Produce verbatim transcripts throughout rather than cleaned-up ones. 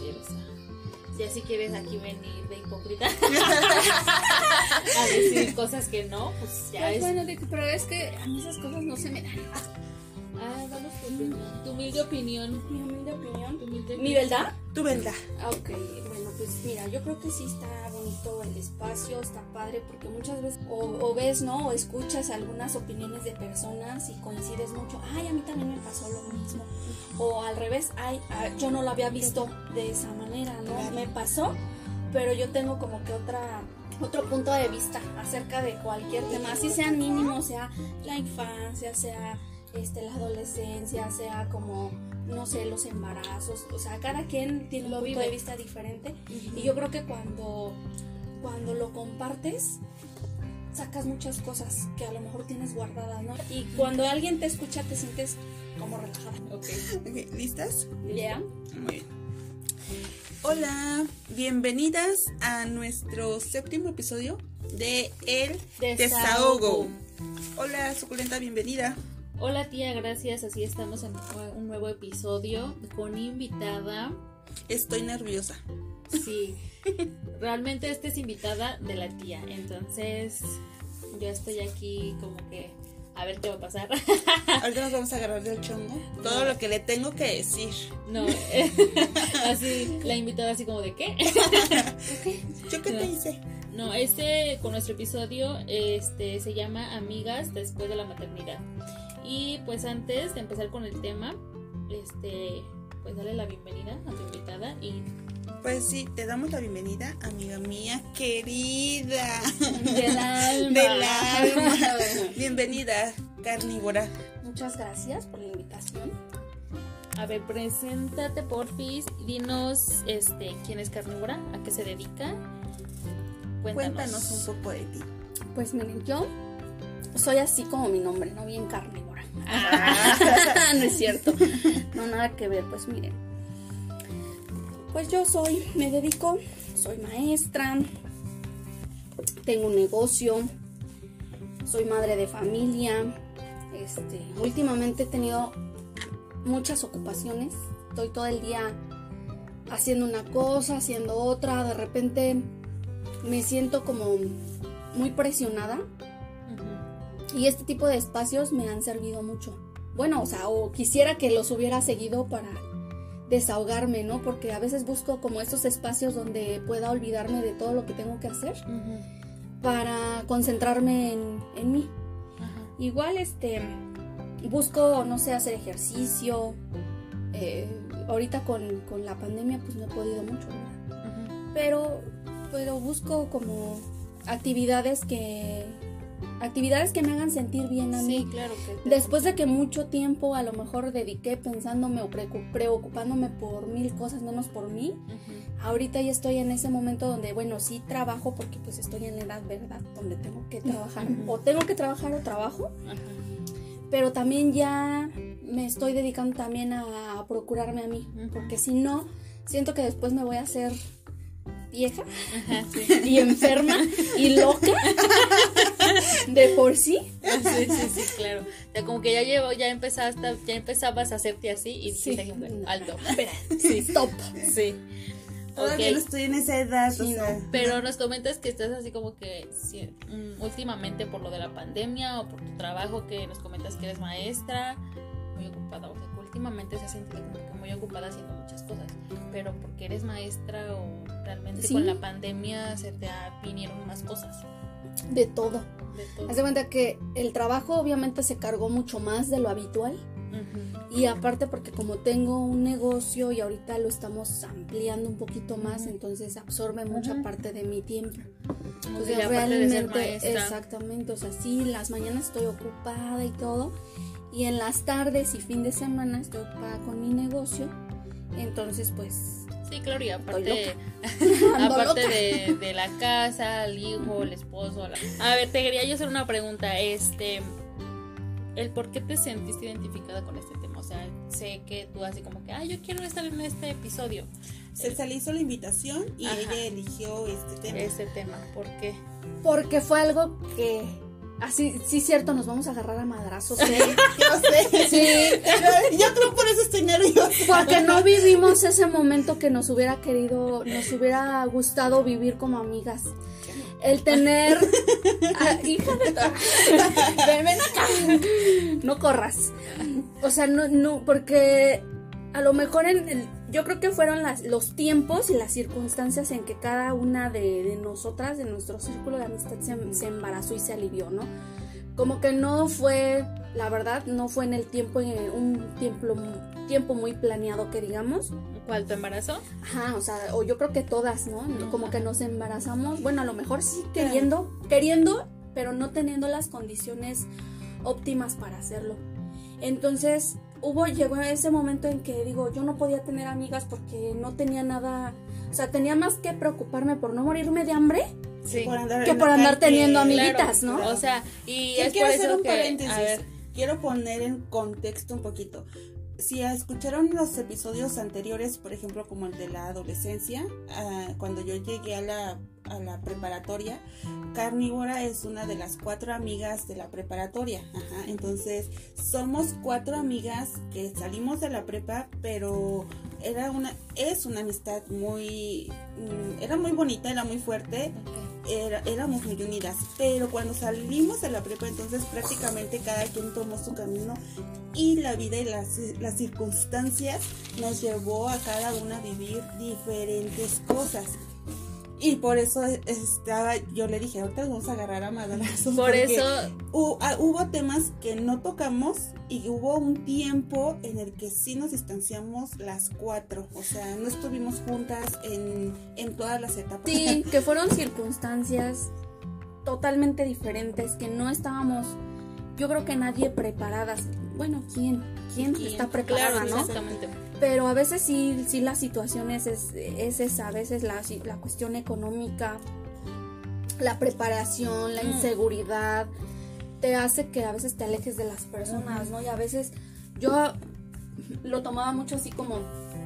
o sea, si así quieres aquí venir de hipócrita a decir cosas que no, pues ya pues es. Bueno, pero es que a mí esas cosas no se me dan. Ah, danos tu opinión, tu humilde opinión. Mi humilde opinión. Tu humilde ¿Mi verdad? Tu verdad. Ah, ok, bueno, pues mira, yo creo que sí está bonito el espacio, está padre, porque muchas veces o, o ves, ¿no? O escuchas algunas opiniones de personas y coincides mucho. Ay, a mí también me pasó lo mismo. O al revés, ay, ah, yo no lo había visto de esa manera, ¿no? Claro. Me pasó, pero yo tengo como que otra... otro punto de vista acerca de cualquier tema, así sea mínimo, sea la infancia, sea este, la adolescencia, sea como, no sé, los embarazos, o sea, cada quien tiene un Lo punto vive. de vista diferente. Uh-huh. Y yo creo que cuando, cuando lo compartes, sacas muchas cosas que a lo mejor tienes guardadas, ¿no? Y cuando alguien te escucha, te sientes como relajada. Okay. Ok, ¿listas? ¿Ya? Yeah. Muy bien. Hola, bienvenidas a nuestro séptimo episodio de El Desahogo. Hola, Suculenta, bienvenida. Hola tía, gracias, así estamos en un nuevo episodio con invitada. Estoy nerviosa. Sí, realmente esta es invitada de la tía, entonces yo estoy aquí como que a ver qué va a pasar. Ahorita nos vamos a agarrar del chongo. Todo no. Lo que le tengo que decir. No, así, la invitada así como de ¿qué? ¿Yo qué no. te hice? No, este, con nuestro episodio, este, se llama Amigas después de la maternidad. Y pues antes de empezar con el tema, este, pues dale la bienvenida a tu invitada y... Pues sí, te damos la bienvenida, amiga mía querida. Del alma. Del alma. Bienvenida, carnívora. Muchas gracias por la invitación. A ver, preséntate porfis, dinos este, quién es Carnívora, a qué se dedica. Cuéntanos. Cuéntanos un poco de ti. Pues miren, yo soy así como mi nombre, no bien carnívora. Ah. No es cierto, no, nada que ver, pues miren. Pues yo soy, me dedico, soy maestra, tengo un negocio, soy madre de familia, este, últimamente he tenido muchas ocupaciones, estoy todo el día haciendo una cosa, haciendo otra, de repente me siento como muy presionada. Uh-huh. Y este tipo de espacios me han servido mucho. Bueno, o sea, o quisiera que los hubiera seguido para desahogarme, ¿no? Porque a veces busco como estos espacios donde pueda olvidarme de todo lo que tengo que hacer, uh-huh, para concentrarme en, en mí. Uh-huh. Igual, este, busco, no sé, hacer ejercicio. Eh, ahorita con, con la pandemia, pues no he podido mucho, ¿verdad? Uh-huh. Pero, pero busco como actividades que... actividades que me hagan sentir bien a mí. Sí, claro que después de que mucho tiempo a lo mejor dediqué pensándome o preocupándome por mil cosas menos por mí, uh-huh, ahorita ya estoy en ese momento donde, bueno, sí trabajo porque pues estoy en la edad, ¿verdad?, donde tengo que trabajar, uh-huh, o tengo que trabajar o trabajo, uh-huh, pero también ya me estoy dedicando también a, a procurarme a mí, uh-huh, porque si no, siento que después me voy a hacer vieja, ajá, sí, y enferma y loca de por sí. Sí, sí, sí, claro. O sea, como que ya llevo, ya empezaste, ya empezabas a hacerte así y sí, sí, alto. Espera, sí, stop. Sí. Todavía okay. No estoy en esa edad, sí, o sea. No. Pero nos comentas que estás así como que sí, um, últimamente por lo de la pandemia o por tu trabajo, que nos comentas que eres maestra, muy ocupada, o sea, que últimamente se ha sentido como que muy ocupada haciendo muchas cosas, pero porque eres maestra o realmente sí, con la pandemia se te vinieron más cosas. De todo. De todo. Haz de cuenta que el trabajo obviamente se cargó mucho más de lo habitual. Uh-huh. Y aparte porque como tengo un negocio y ahorita lo estamos ampliando un poquito más, uh-huh, entonces absorbe mucha uh-huh parte de mi tiempo. O sea, ya realmente, exactamente, o sea, sí, las mañanas estoy ocupada y todo, y en las tardes y fin de semana estoy ocupada con mi negocio, entonces pues... Sí, claro, y aparte, aparte de, de la casa, el hijo, el esposo. La... A ver, te quería yo hacer una pregunta. Este, el por qué te sentiste identificada con este tema. O sea, sé que tú así como que, ah, yo quiero estar en este episodio. Se le hizo la invitación y ajá, ella eligió este tema. Este tema, ¿por qué? Porque fue algo que así, sí, cierto, nos vamos a agarrar a madrazos, ¿eh? Yo sé. Sí. Yo, yo creo por eso estoy nerviosa. Porque no vivimos ese momento que nos hubiera querido, nos hubiera gustado vivir como amigas. El tener... Ah, hija de... Ven, ven acá. No corras. O sea, no, no, porque a lo mejor en el, yo creo que fueron las, los tiempos y las circunstancias en que cada una de, de nosotras, de nuestro círculo de amistad, se, se embarazó y se alivió, ¿no? Como que no fue, la verdad, no fue en el tiempo, en un tiempo, tiempo muy planeado, que digamos. ¿Cuál, tu embarazo? Ajá, o sea, o yo creo que todas, ¿no? Como que nos embarazamos, bueno, a lo mejor sí queriendo, queriendo, pero no teniendo las condiciones óptimas para hacerlo. Entonces, hubo, llegó ese momento en que digo, yo no podía tener amigas porque no tenía nada, o sea, tenía más que preocuparme por no morirme de hambre. Sí. Por andar Que en por la andar calle. teniendo amiguitas, Claro, ¿no? O sea, y Yo es quiero por hacer eso un que, paréntesis. a ver, Quiero poner en contexto un poquito. Si escucharon los episodios anteriores, por ejemplo, como el de la adolescencia, uh, cuando yo llegué a la, a la preparatoria, Carnívora es una de las cuatro amigas de la preparatoria. Ajá. Entonces, somos cuatro amigas que salimos de la prepa, pero era una, es una amistad muy, um, era muy bonita, era muy fuerte. Era, éramos muy unidas, pero cuando salimos de la prepa, entonces prácticamente cada quien tomó su camino y la vida y las, las circunstancias nos llevó a cada una a vivir diferentes cosas. Y por eso estaba, yo le dije, ahorita nos vamos a agarrar a madrazos. Por eso hubo, hubo temas que no tocamos y hubo un tiempo en el que sí nos distanciamos las cuatro. O sea, no estuvimos juntas en, en todas las etapas. Sí, que fueron circunstancias totalmente diferentes, que no estábamos, yo creo que nadie preparadas. Bueno, ¿quién? ¿Quién, ¿quién? está preparada, Claro, no? exactamente. Pero a veces sí, sí la situación es, es, es esa, a veces la, la cuestión económica, la preparación, la inseguridad, te hace que a veces te alejes de las personas, ¿no? Y a veces yo lo tomaba mucho así como,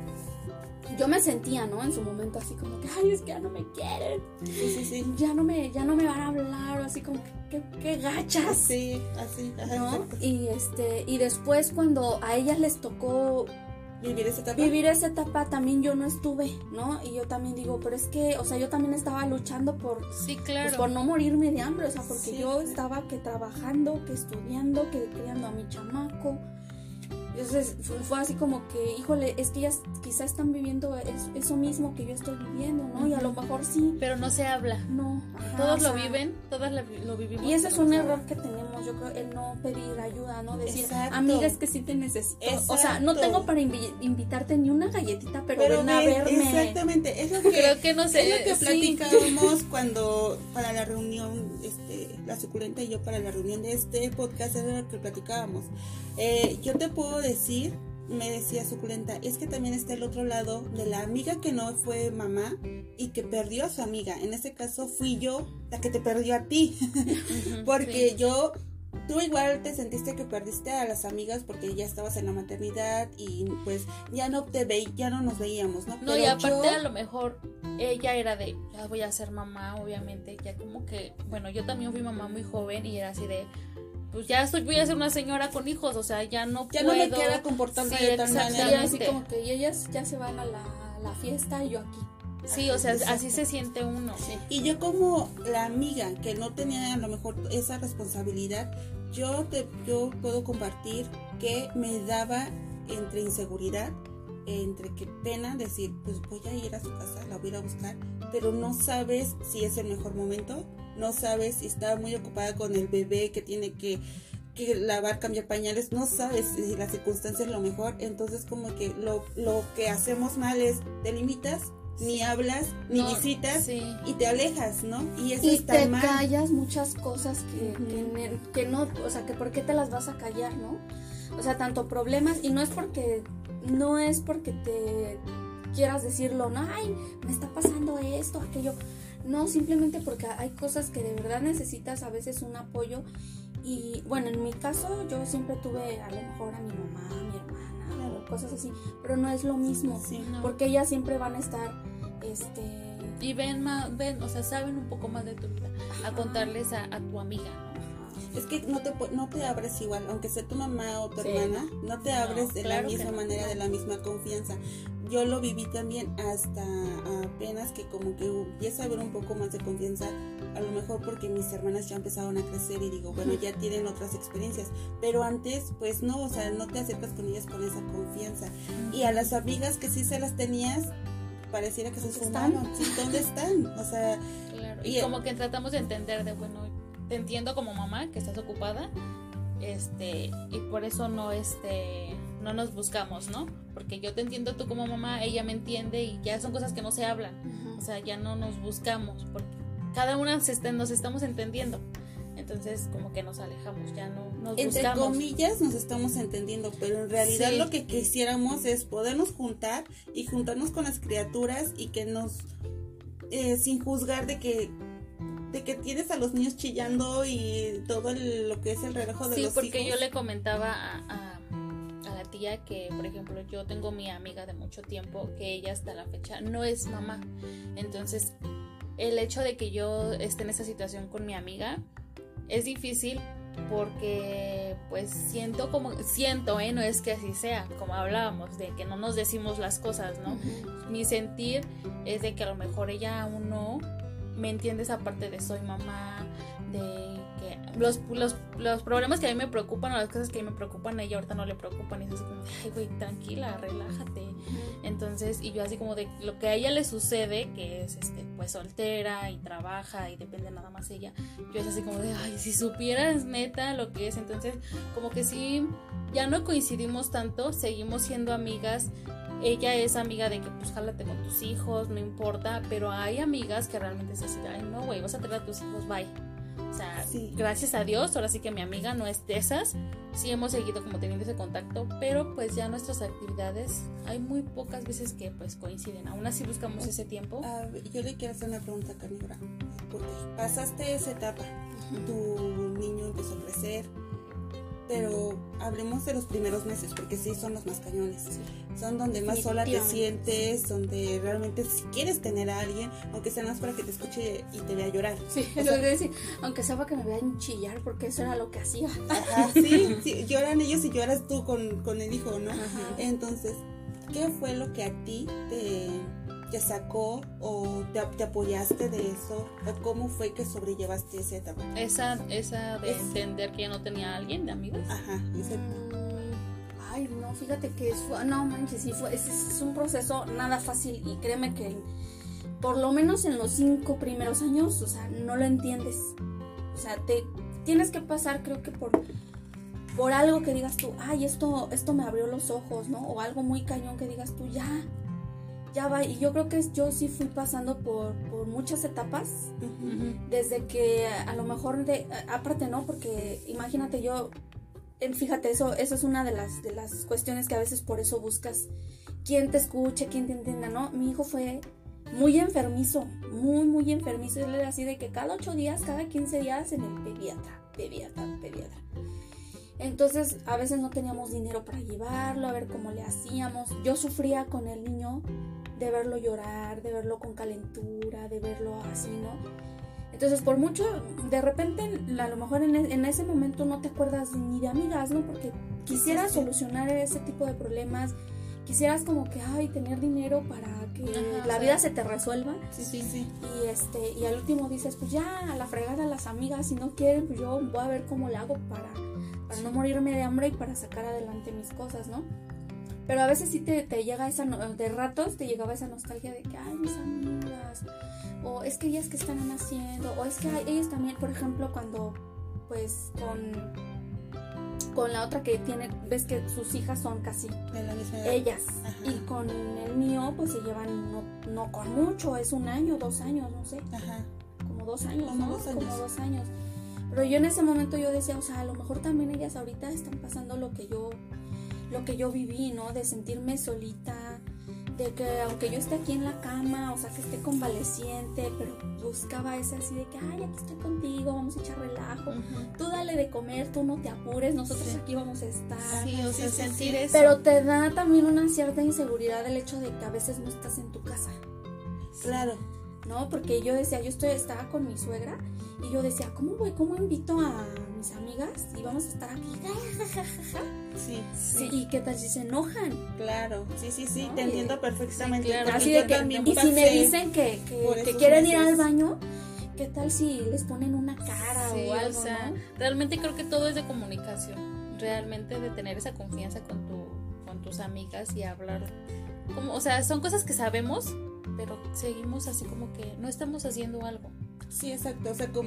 yo me sentía, ¿no? En su momento así como que, ay, es que ya no me quieren, Sí, sí, sí. ya no me, ya no me van a hablar, o así como, que, qué gachas. Sí, así, ajá, ¿No? exacto. Y este, y después cuando a ellas les tocó Vivir esa etapa. vivir esa etapa, también yo no estuve, ¿no? Y yo también digo, pero es que, o sea, yo también estaba luchando por, Sí, pues, claro. por no morirme de hambre, o sea, porque Sí. yo estaba que trabajando, que estudiando, que criando a mi chamaco. Entonces fue, fue así como que, híjole, es que ellas quizás están viviendo es- eso mismo que yo estoy viviendo, ¿no? Y a lo mejor sí, Pero no se habla. no. Ajá, Todos o lo sea, viven, todas la- lo vivimos. Y ese es pero un no se error habla. que tenemos, yo creo, el no pedir ayuda, ¿no? Decir, Exacto. amiga, es que sí te necesito. O sea, no Exacto. tengo para invi- invitarte ni una galletita, pero, Pero ven a ve, verme. exactamente, es lo que, Creo que no sé. es lo que sí. platicábamos cuando para la reunión, este, la suculenta y yo para la reunión de este podcast era lo que platicábamos. Eh, yo te puedo decir, me decía suculenta, es que también está el otro lado de la amiga que no fue mamá y que perdió a su amiga. En este caso fui yo la que te perdió a ti, Ujú, porque sí. yo tú igual te sentiste que perdiste a las amigas porque ya estabas en la maternidad y pues ya no te ve, ya no nos veíamos, ¿no? No, Pero y aparte yo- a lo mejor ella era de, ya voy a ser mamá, obviamente, ya como que, bueno, yo también fui mamá muy joven y era así de, pues ya soy, voy a ser una señora con hijos, o sea, ya no ya puedo. no me queda comportarme Sí, de tal Y exactamente. así como que y ellas ya se van a la, la fiesta y yo aquí. Sí, o sea, Exacto. así se siente uno. Sí. Y yo como la amiga que no tenía a lo mejor esa responsabilidad, yo te yo puedo compartir que me daba entre inseguridad, entre que pena decir, pues voy a ir a su casa, la voy a ir a buscar, pero no sabes si es el mejor momento, no sabes si está muy ocupada con el bebé que tiene que que lavar, cambiar pañales, no sabes si la circunstancia es lo mejor, entonces como que lo, lo que hacemos mal es te limitas, ni hablas, ni No, visitas, sí. y te alejas, ¿no? Y eso Y está te mal. callas muchas cosas que, Ujú. que, ne- que no, o sea, que por qué te las vas a callar, ¿no? O sea, tanto problemas, y no es porque, no es porque te quieras decirlo, no, ay, me está pasando esto, aquello. No, simplemente porque hay cosas que de verdad necesitas a veces un apoyo. Y bueno, en mi caso yo siempre tuve a lo mejor a mi mamá, a mi hermana, Claro. o cosas así, pero no es lo mismo, Sí. No. porque ellas siempre van a estar, este... Y ven más, ven, o sea, saben un poco más de tu vida, a contarles a, a tu amiga, ¿no? es que no te, no te abres igual, aunque sea tu mamá o tu Sí. hermana, no te abres No, de claro la que misma no. manera, de la misma confianza. Yo lo viví también hasta apenas que como que empieza a haber un poco más de confianza, a lo mejor porque mis hermanas ya empezaron a crecer y digo, bueno, ya tienen otras experiencias, pero antes pues no, o sea, no te acercas con ellas con esa confianza. Y a las amigas que sí se las tenías, pareciera que se ¿Dónde esfumaron. Sí, ¿dónde están? O sea, Claro. Y, Y- como que tratamos de entender de, bueno, te entiendo como mamá que estás ocupada, este, y por eso no, este, no nos buscamos, ¿no? Porque yo te entiendo tú como mamá, ella me entiende y ya son cosas que no se hablan. O sea, ya no nos buscamos porque cada una se está, nos estamos entendiendo. Entonces, como que nos alejamos, ya no nos entre buscamos. comillas nos estamos entendiendo, pero en realidad Sí. lo que quisiéramos es podernos juntar y juntarnos con las criaturas y que nos, eh, sin juzgar de que de que tienes a los niños chillando y todo el- lo que es el relajo de Sí, los porque hijos. yo le comentaba a, a, a la tía que, por ejemplo, yo tengo mi amiga de mucho tiempo que ella hasta la fecha no es mamá. Entonces, el hecho de que yo esté en esa situación con mi amiga es difícil porque pues siento como, siento, ¿eh? No es que así sea, como hablábamos, de que no nos decimos las cosas, ¿no? Mi sentir es de que a lo mejor ella aún no me entiende esa parte de soy mamá, de que los, los, los problemas que a mí me preocupan o las cosas que a mí me preocupan a ella ahorita no le preocupan y es así como de, ay güey, tranquila, relájate. Entonces, y yo así como de lo que a ella le sucede, que es este pues soltera y trabaja y depende nada más ella, yo es así como de, ay, si supieras neta lo que es. Entonces, como que sí, ya no coincidimos tanto, seguimos siendo amigas. Ella es amiga de que pues jálate con tus hijos, no importa, pero hay amigas que realmente se dicen, ay no güey, vas a tener a tus hijos, bye. O sea, Sí. gracias a Dios, ahora sí que mi amiga no es de esas, sí hemos seguido como teniendo ese contacto, pero pues ya nuestras actividades, hay muy pocas veces que pues coinciden, aún así buscamos ese tiempo. A ver, yo le quiero hacer una pregunta, Carnívora, porque pasaste esa etapa, tu niño empezó a crecer, pero hablemos de los primeros meses, porque sí son los más cañones, son donde más sola te Definitivamente. sientes, donde realmente si quieres tener a alguien, aunque sea más para que te escuche y te vea llorar. Sí, O es sea, lo que decir, aunque sepa que me vean chillar, porque eso era lo que hacía. Ajá, sí, sí, lloran ellos y lloras tú con, con el hijo, ¿no? Ajá. Entonces, ¿qué fue lo que a ti te, te sacó o te, te apoyaste de eso? ¿O cómo fue que sobrellevaste esa etapa? Esa, esa de Es- entender que ya no tenía a alguien de amigos. Ajá, ese- Mm, Ay, no, fíjate que es, no manches, sí fue, es, es un proceso nada fácil y créeme que por lo menos en los cinco primeros años, o sea, no lo entiendes. O sea, te tienes que pasar, creo que por, por algo que digas tú, ay, esto, esto me abrió los ojos, ¿no? O algo muy cañón que digas tú, ya, ya va. Y yo creo que yo sí fui pasando por, por muchas etapas. Ujú. Desde que a lo mejor de aparte no, porque imagínate yo, eh, fíjate, eso eso es una de las de las cuestiones que a veces por eso buscas quien te escuche, quien te entienda, ¿no? Mi hijo fue muy enfermizo, muy muy enfermizo, él era así de que cada ocho días, cada quince días en el pediatra, pediatra, pediatra. Entonces a veces no teníamos dinero para llevarlo, a ver cómo le hacíamos. Yo sufría con el niño de verlo llorar, de verlo con calentura, de verlo así, ¿no? Entonces, por mucho, de repente, a lo mejor en, en ese momento no te acuerdas ni de amigas, ¿no? Porque quisieras Sí, sí. solucionar ese tipo de problemas, quisieras como que, ay, tener dinero para que Ajá, la o vida sea, se te resuelva. Sí, sí, sí. Y este y al último dices, pues ya, a la fregada las amigas, si no quieren, pues yo voy a ver cómo le hago para, para no morirme de hambre y para sacar adelante mis cosas, ¿no? Pero a veces sí te, te llega esa, no- de ratos te llegaba esa nostalgia de que, ay, mis amigas, o es que ellas que están haciendo, o es que ay, ellas también, por ejemplo, cuando, pues, con, con la otra que tiene, ves que sus hijas son casi De la misma edad. ellas, Ajá. y con el mío, pues se llevan, no, no con mucho, es un año, dos años, no sé, Ajá. como dos años, Como ¿no? dos años. Como dos años. Pero yo en ese momento yo decía, o sea, a lo mejor también ellas ahorita están pasando lo que yo, lo que yo viví, ¿no? De sentirme solita, de que aunque yo esté aquí en la cama, o sea, que esté convaleciente, pero buscaba ese así de que, ay, aquí estoy contigo, vamos a echar relajo. Ujú. Tú dale de comer, tú no te apures, nosotros Sí. aquí vamos a estar. Sí, o Sí, sea, sí, sentir sí. eso. Pero te da también una cierta inseguridad el hecho de que a veces no estás en tu casa. Claro. ¿no? Porque yo decía, yo estoy, estaba con mi suegra y yo decía, ¿cómo voy? ¿Cómo invito a mis amigas? Y vamos a estar aquí. Sí, sí. ¿Y qué tal si se enojan? Claro, sí, sí, sí, No, te y- entiendo perfectamente. sí, claro. porque Así yo de que, también y si me pasé dicen que, que, por que esos quieren ir meses. al baño, ¿qué tal si les ponen una cara Sí, o algo, o sea, no? realmente creo que todo es de comunicación. Realmente de tener esa confianza con tu, con tus amigas y hablar. Como, o sea, son cosas que sabemos, pero seguimos así como que no estamos haciendo algo. Sí, exacto, o sea, como,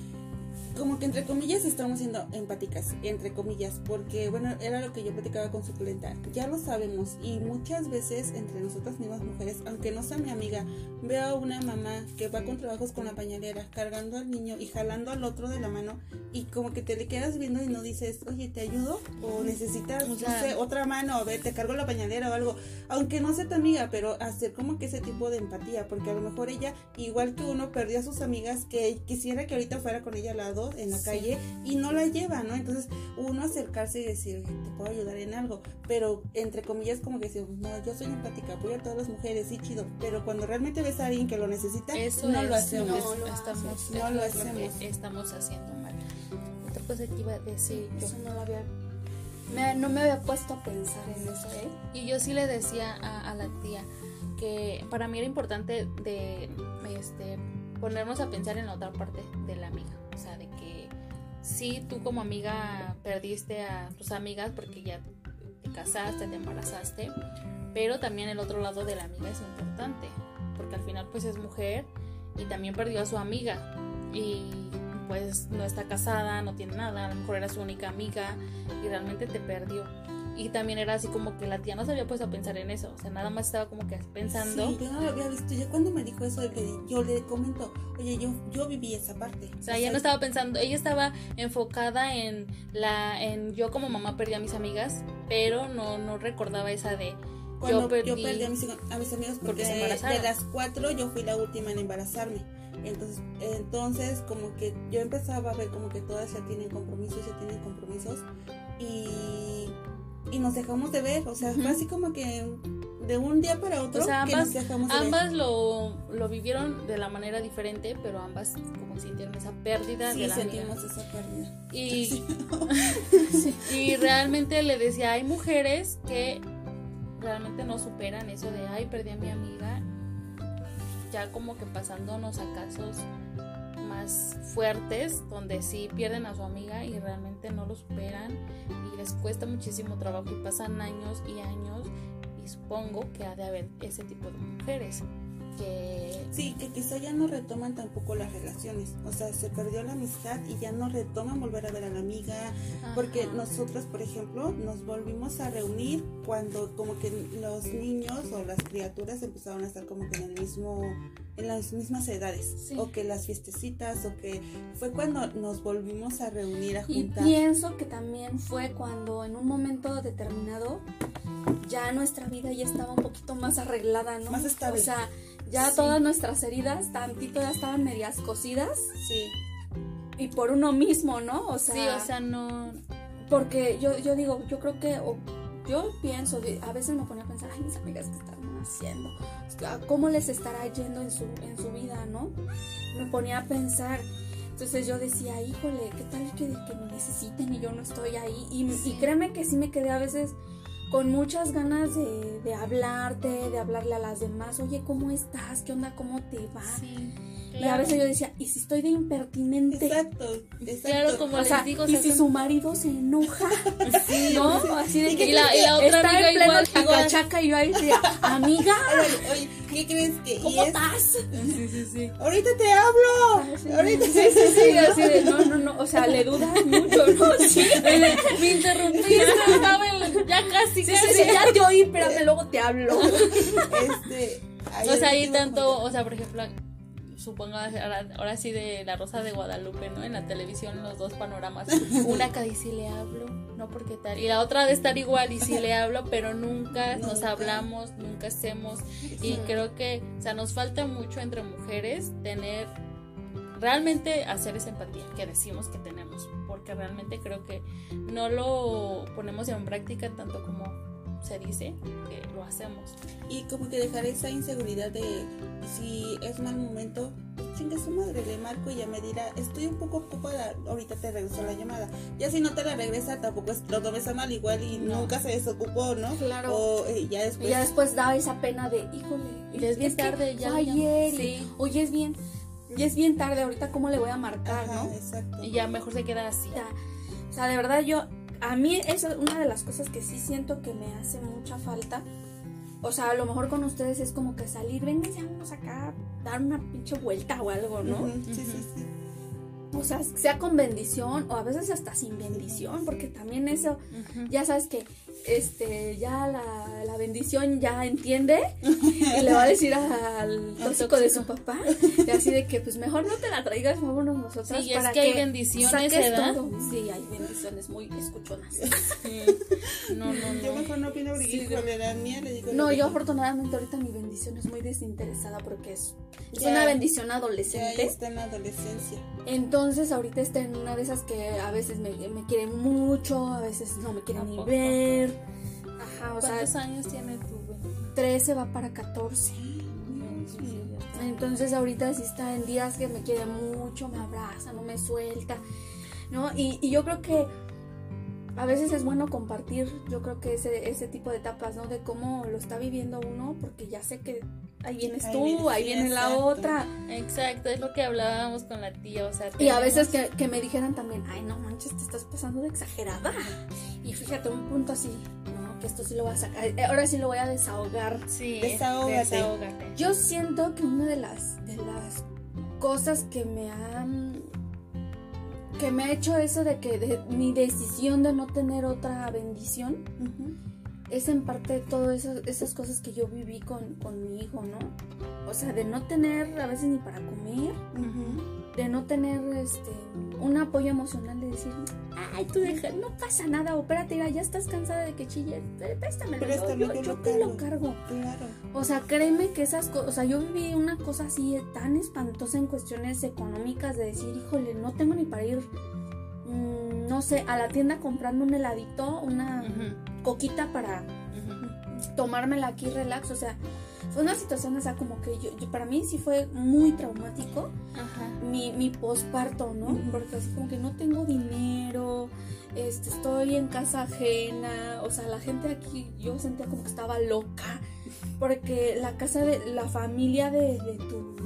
como que entre comillas estamos siendo empáticas, entre comillas, porque bueno, era lo que yo platicaba con su clienta, ya lo sabemos y muchas veces entre nosotras mismas mujeres, aunque no sea mi amiga, veo a una mamá que va con trabajos con la pañalera, cargando al niño y jalando al otro de la mano y como que te le quedas viendo y no dices, oye, ¿te ayudo? O necesitas, O no sea, sé, otra mano, a ver, te cargo la pañalera o algo, aunque no sea tu amiga, pero hacer como que ese tipo de empatía, porque a lo mejor ella, igual que uno, perdió a sus amigas que quisiera que ahorita fuera con ella al lado, en la Sí. calle, y no la lleva, ¿no? Entonces, uno acercarse y decir, te puedo ayudar en algo, pero entre comillas como que decimos, no, yo soy empática, apoyo a todas las mujeres, sí, chido, pero cuando realmente ves a alguien que lo necesita, Eso no es, lo hacemos. no, No lo estamos, haces, no eso lo es lo hacemos. que estamos haciendo mal. Otra cosa que iba a decir yo. Eso no lo había, me- no me había puesto a pensar en eso, ¿eh? Y yo sí le decía a, a la tía que para mí era importante de este ponernos a pensar en la otra parte de la amiga. O sea, de que sí, tú como amiga perdiste a tus amigas porque ya te casaste, te embarazaste, pero también el otro lado de la amiga es importante, porque al final pues es mujer y también perdió a su amiga y pues no está casada, no tiene nada, a lo mejor era su única amiga y realmente te perdió. Y también era así como que la tía no se había puesto a pensar en eso, o sea, nada más estaba como que pensando. Sí, yo no lo había visto. Ya cuando me dijo eso, le- yo le comento, oye, yo, yo viví esa parte. O sea, ella no estaba pensando, ella estaba enfocada en la, en yo como mamá perdí a mis amigas, pero no, no recordaba esa de Cuando yo perdí, yo perdí a mis, a mis amigos porque porque se de, embarazaron. de las cuatro yo fui la última en embarazarme. Entonces, entonces como que yo empezaba a ver como que todas ya tienen compromisos, ya tienen compromisos y, y nos dejamos de ver. O sea, Ujú. fue así como que de un día para otro O sea, que ambas, nos dejamos de ver. ambas lo, lo vivieron de la manera diferente, pero ambas como sintieron esa pérdida Sí, de la sentimos amiga. esa pérdida. Y, y realmente le decía, hay mujeres que realmente no superan eso de, ay, perdí a mi amiga, ya como que pasándonos a casos más fuertes, donde sí pierden a su amiga y realmente no lo superan y les cuesta muchísimo trabajo y pasan años y años, y supongo que ha de haber ese tipo de mujeres que... Sí, que quizá ya no retoman tampoco las relaciones. O sea, se perdió la amistad y ya no retoman volver a ver a la amiga. Porque Ajá. nosotros, por ejemplo, nos volvimos a reunir cuando como que los niños o las criaturas empezaron a estar como que en el mismo, en las mismas edades. Sí. O que las fiestecitas, o que fue cuando nos volvimos a reunir, a Y juntar. pienso que también fue cuando en un momento determinado ya nuestra vida ya estaba un poquito más arreglada, ¿no? Más estable. O sea, ya Sí. todas nuestras heridas tantito ya estaban medias cosidas Sí, y por uno mismo, ¿no? O sea, Sí, o sea, no... porque yo, yo digo, yo creo que, o yo pienso, a veces me ponía a pensar, ay, mis amigas, ¿qué están haciendo? O sea, ¿cómo les estará yendo en su, en su vida, no? Me ponía a pensar. Entonces yo decía, híjole, ¿qué tal que, que me necesiten y yo no estoy ahí? Y, Sí. y créeme que sí me quedé a veces con muchas ganas de, de hablarte, de hablarle a las demás. Oye, ¿cómo estás? ¿Qué onda? ¿Cómo te va? Sí, Y a claro. veces yo decía, ¿y si estoy de impertinente? exacto, exacto. Claro, como O les sea, digo, o ¿y sea, si son- su marido se enoja? Sí, ¿No? Así de Y que y la- y la otra está amiga en pleno igual, igual. chacachaca y yo ahí decía, amiga, Oye, oye, ¿qué crees que? Y ¿cómo es, estás? Sí, sí, sí. ahorita te hablo. Sí, Ahorita sí, sí, sí, así de, no, no, no, o sea, le dudas mucho, ¿no? Sí, Me interrumpiste, estaba en- ya casi, sí, casi. sí, sí, ya te oí, espérame, luego te hablo. Este, ahí O sea, te hay iba a tanto, comentar. o sea, por ejemplo, supongo ahora, ahora sí de La Rosa de Guadalupe, ¿no? En la televisión, los dos panoramas. Una que dice, le hablo, no porque tal. Y la otra de estar igual, y sí le hablo, pero nunca nos Nunca. hablamos, nunca hacemos. Y creo que, o sea, nos falta mucho entre mujeres tener, realmente hacer esa empatía que decimos que tenemos. Porque realmente creo que no lo ponemos en práctica tanto como se dice que lo hacemos. Y como que dejar esa inseguridad de si es mal momento, chingue su madre, le marco y ya me dirá, estoy un poco ocupada, ahorita te regreso la llamada. Ya si no te la regresa, tampoco es, lo tomes a mal igual y no. Nunca se desocupó, ¿no? Claro. O eh, ya después. Y ya después da esa pena de, híjole, ya es bien es tarde, ya. Fue ayer, sí. y, oye, es bien, ya es bien tarde, ahorita cómo le voy a marcar, Ajá, ¿no? Exacto. Y ya mejor se queda así. Ya. O sea, de verdad yo, a mí esa es una de las cosas que sí siento que me hace mucha falta. O sea, a lo mejor con ustedes es como que salir, vengan, ya vamos acá, dar una pinche vuelta o algo, ¿no? Uh-huh, sí, sí, sí. O sea, sea con bendición o a veces hasta sin bendición, porque también eso, uh-huh. ya sabes que este ya la, la bendición ya entiende y le va a decir al tóxico de su papá, y así de que pues mejor no te la traigas, vámonos nosotros. Sí, para es que, que hay bendiciones, ¿verdad? Todo. Sí, hay bendiciones muy escuchonas. Sí. No, no, no. Yo mejor no opino porque sí, le da mía, le digo. No, yo afortunadamente ahorita mi bendición es muy desinteresada porque es, es ya, una bendición adolescente. Ya está en la adolescencia. Entonces ahorita está en una de esas que a veces me, me quieren mucho, a veces no me quieren ni ver. Ajá, o ¿Cuántos sea, años tiene tu bendición? trece va para catorce. Entonces ahorita sí está en días que me quiere mucho, me abraza, no me suelta, ¿no? Y, y yo creo que a veces es bueno compartir, yo creo que ese, ese tipo de etapas, ¿no? De cómo lo está viviendo uno, porque ya sé que ahí vienes tú, ahí, vienes, ahí viene exacto. la otra. Exacto, es lo que hablábamos con la tía, o sea. Tenemos... Y a veces que, que me dijeran también, ay, no manches, te estás pasando de exagerada. Y fíjate, un punto así, no, que esto sí lo voy a sacar, ahora sí lo voy a desahogar. Sí, desahógate. desahógate. Yo siento que una de las, de las cosas que me han... que me ha hecho eso de que de, mi decisión de no tener otra bendición uh-huh. es en parte todas esas, esas cosas que yo viví con, con mi hijo, ¿no? O sea, de no tener a veces ni para comer, uh-huh. de no tener este un apoyo emocional de decir, ay, tú deja, no pasa nada, o espérate, ya estás cansada de que chilles, préstamelo, Préstame, yo, yo, yo te lo cargo. Claro. O sea, créeme que esas cosas, o sea, yo viví una cosa así tan espantosa en cuestiones económicas de decir, híjole, no tengo ni para ir, mmm, no sé, a la tienda a comprarme un heladito, una uh-huh. coquita para uh-huh. tomármela aquí relax, o sea, fue una situación, o sea, como que yo, yo para mí sí fue muy traumático Ajá. mi, mi posparto, ¿no? Uh-huh. Porque así como que no tengo dinero, este, estoy en casa ajena, o sea, la gente aquí, yo sentía como que estaba loca, porque la casa de, la familia de, de tu,